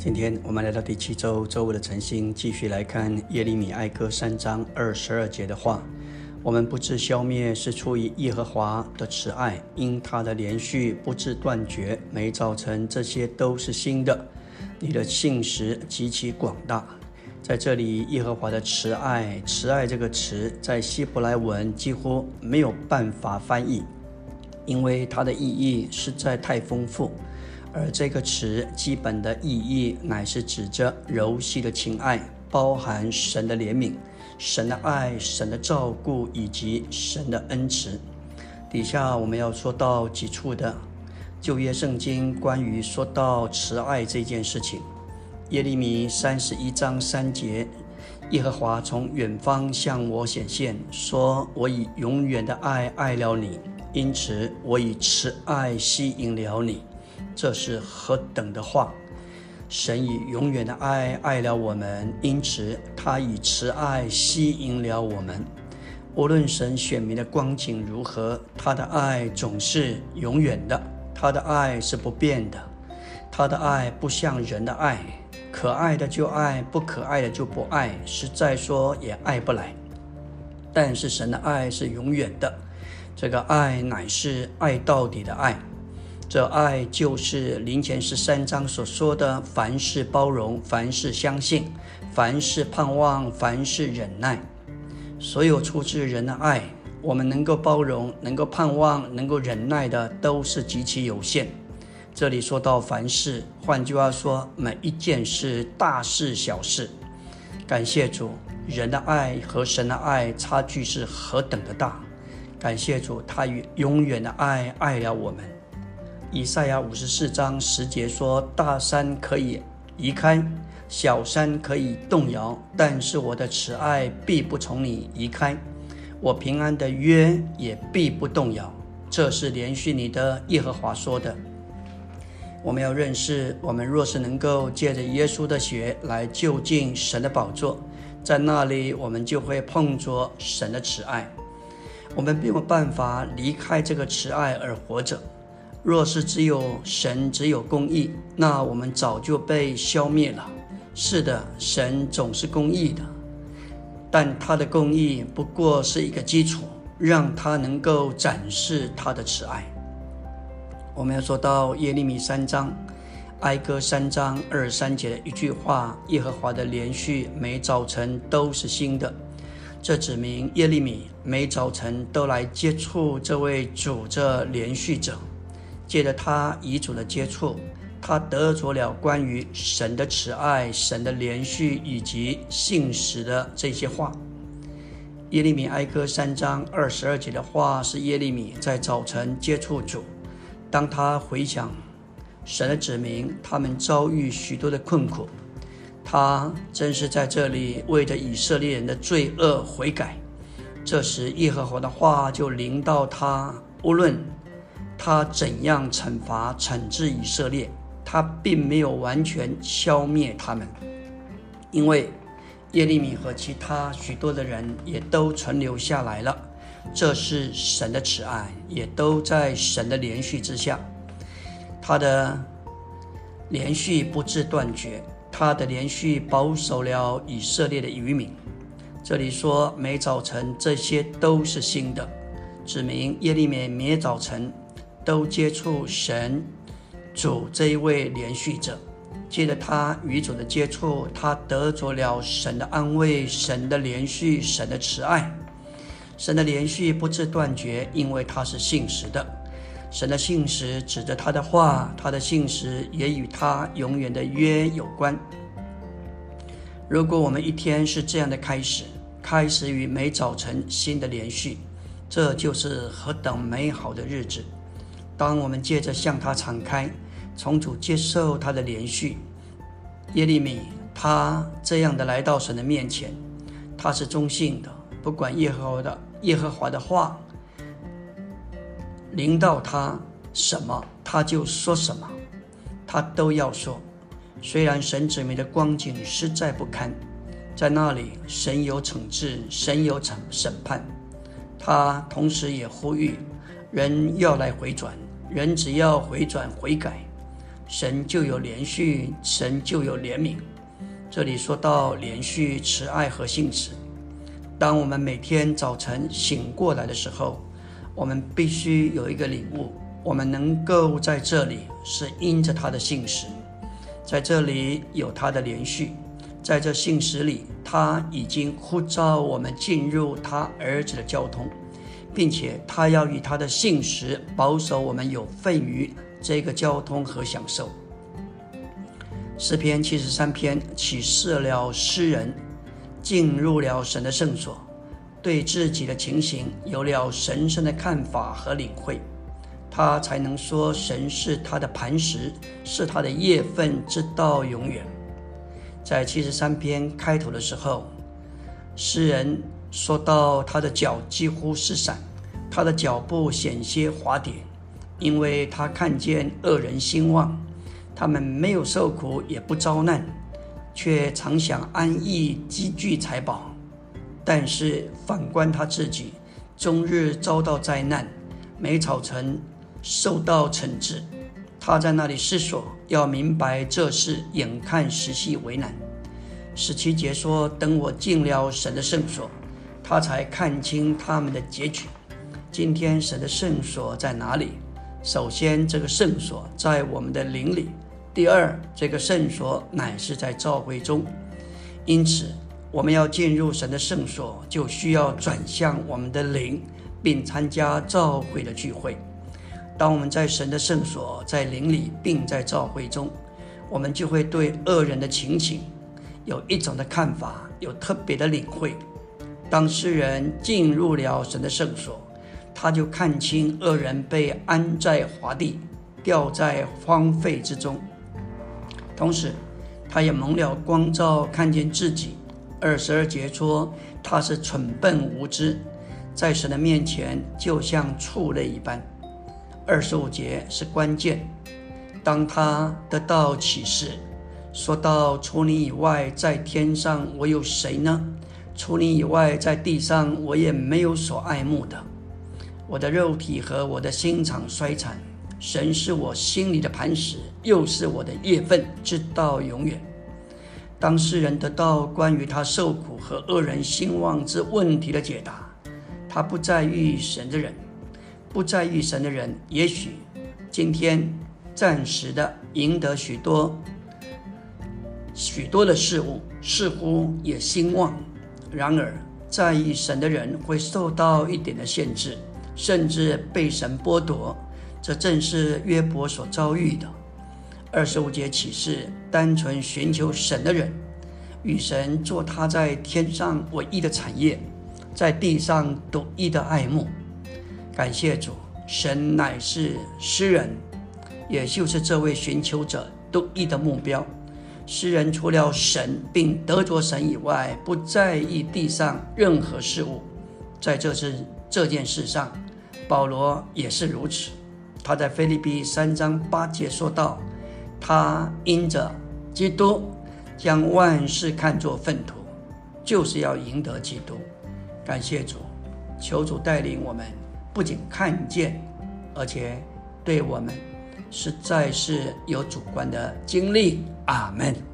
今天我们来到第7周周五的晨星，继续来看耶利米哀歌3章22节的话。我们不致消灭，是出于耶和华的慈爱，因他的连续不致断绝，每早晨这些都是新的。你的信实极其广大。在这里，耶和华的慈爱，慈爱这个词在希伯来文几乎没有办法翻译，因为它的意义实在太丰富。而这个词基本的意义乃是指着柔细的情爱，包含神的怜悯、神的爱、神的照顾以及神的恩慈。底下我们要说到几处的旧约圣经关于说到慈爱这件事情。耶利米31章3节，耶和华从远方向我显现，说：我以永远的爱爱了你，因此我以慈爱吸引了你。这是何等的话！神以永远的爱爱了我们，因此他以慈爱吸引了我们。无论神选民的光景如何，他的爱总是永远的，他的爱是不变的，他的爱不像人的爱，可爱的就爱，不可爱的就不爱，实在说也爱不来。但是神的爱是永远的，这个爱乃是爱到底的爱。这爱就是林前13章所说的凡事包容，凡事相信，凡事盼望，凡事忍耐。所有出自人的爱，我们能够包容，能够盼望，能够忍耐的都是极其有限。这里说到凡事，换句话说，每一件事，大事小事。感谢主，人的爱和神的爱差距是何等的大。感谢主，他以永远的爱爱了我们。以赛亚54章10节说：大山可以移开，小山可以动摇，但是我的慈爱必不从你移开，我平安的约也必不动摇。这是连续你的耶和华说的。我们要认识，我们若是能够借着耶稣的血来就近神的宝座，在那里我们就会碰着神的慈爱。我们没有办法离开这个慈爱而活着。若是只有神，只有公义，那我们早就被消灭了。是的，神总是公义的，但他的公义不过是一个基础，让他能够展示他的慈爱。我们要说到耶利米3章哀歌3章23节的一句话：耶和华的连续每早晨都是新的。这指明耶利米每早晨都来接触这位主这连续者，借着他与主的接触，他得着了关于神的慈爱、神的连续以及信实的这些话。耶利米哀歌3章22节的话是耶利米在早晨接触主，当他回想神的子民，他们遭遇许多的困苦，他真是在这里为着以色列人的罪恶悔改。这时耶和华的话就临到他，无论他怎样惩罚惩治以色列，他并没有完全消灭他们，因为耶利米和其他许多的人也都存留下来了。这是神的慈爱，也都在神的连续之下。他的连续不致断绝，他的连续保守了以色列的余民。这里说每早晨这些都是新的，指明耶利米每早晨都接触神主这一位连续者，借着他与主的接触，他得着了神的安慰、神的连续、神的慈爱。神的连续不致断绝，因为他是信实的。神的信实指着他的话，他的信实也与他永远的约有关。如果我们一天是这样的开始于每早晨新的连续，这就是何等美好的日子。当我们接着向他敞开，从主接受他的连续，耶利米他这样的来到神的面前，他是忠信的，不管耶和华的话临到他什么，他就说什么，他都要说。虽然神子民的光景实在不堪，在那里神有惩治，神有审判，他同时也呼吁人要来回转，人只要回转悔改， 神就有连续，神就有怜悯。这里说到连续、慈爱和信实。当我们每天早晨醒过来的时候，我们必须有一个领悟，我们能够在这里是因着他的信实，在这里有他的连续，在这信实里，他已经呼召我们进入他儿子的交通，并且他要以他的信实保守我们有份于这个交通和享受。诗篇73篇启示了诗人进入了神的圣所，对自己的情形有了神圣的看法和领会，他才能说神是他的磐石，是他的业份，直到永远。在73篇开头的时候，诗人说到他的脚几乎失散，他的脚步险些滑跌，因为他看见恶人兴旺，他们没有受苦也不遭难，却常想安逸积聚财宝。但是反观他自己，终日遭到灾难，每早晨受到惩治。他在那里思索，要明白这事，眼看时系为难。17节说，等我进了神的圣所，他才看清他们的结局。今天神的圣所在哪里？首先，这个圣所在我们的灵里；第二，这个圣所乃是在教会中。因此，我们要进入神的圣所，就需要转向我们的灵，并参加教会的聚会。当我们在神的圣所，在灵里，并在教会中，我们就会对恶人的情形有一种的看法，有特别的领会。当诗人进入了神的圣所，他就看清恶人被安在华地，掉在荒废之中。同时他也蒙了光照，看见自己。22节说他是蠢笨无知，在神的面前就像畜类一般。25节是关键，当他得到启示，说到除你以外，在天上我有谁呢？除你以外，在地上我也没有所爱慕的。我的肉体和我的心肠衰残，神是我心里的磐石，又是我的业份，直到永远。当世人得到关于他受苦和恶人兴旺之问题的解答，他不再遇神的人，也许今天暂时的赢得许多的事物，似乎也兴旺。然而在意神的人会受到一点的限制，甚至被神剥夺。这正是约伯所遭遇的。25节启示，单纯寻求神的人，与神做他在天上唯一的产业，在地上独一的爱慕。感谢主，神乃是诗人，也就是这位寻求者独一的目标。诗人除了神并得着神以外，不在意地上任何事物。在这件事上，保罗也是如此。他在腓立比3章8节说道，他因着基督将万事看作粪土，就是要赢得基督。感谢主，求主带领我们，不仅看见，而且对我们实在是有主观的经历。阿们。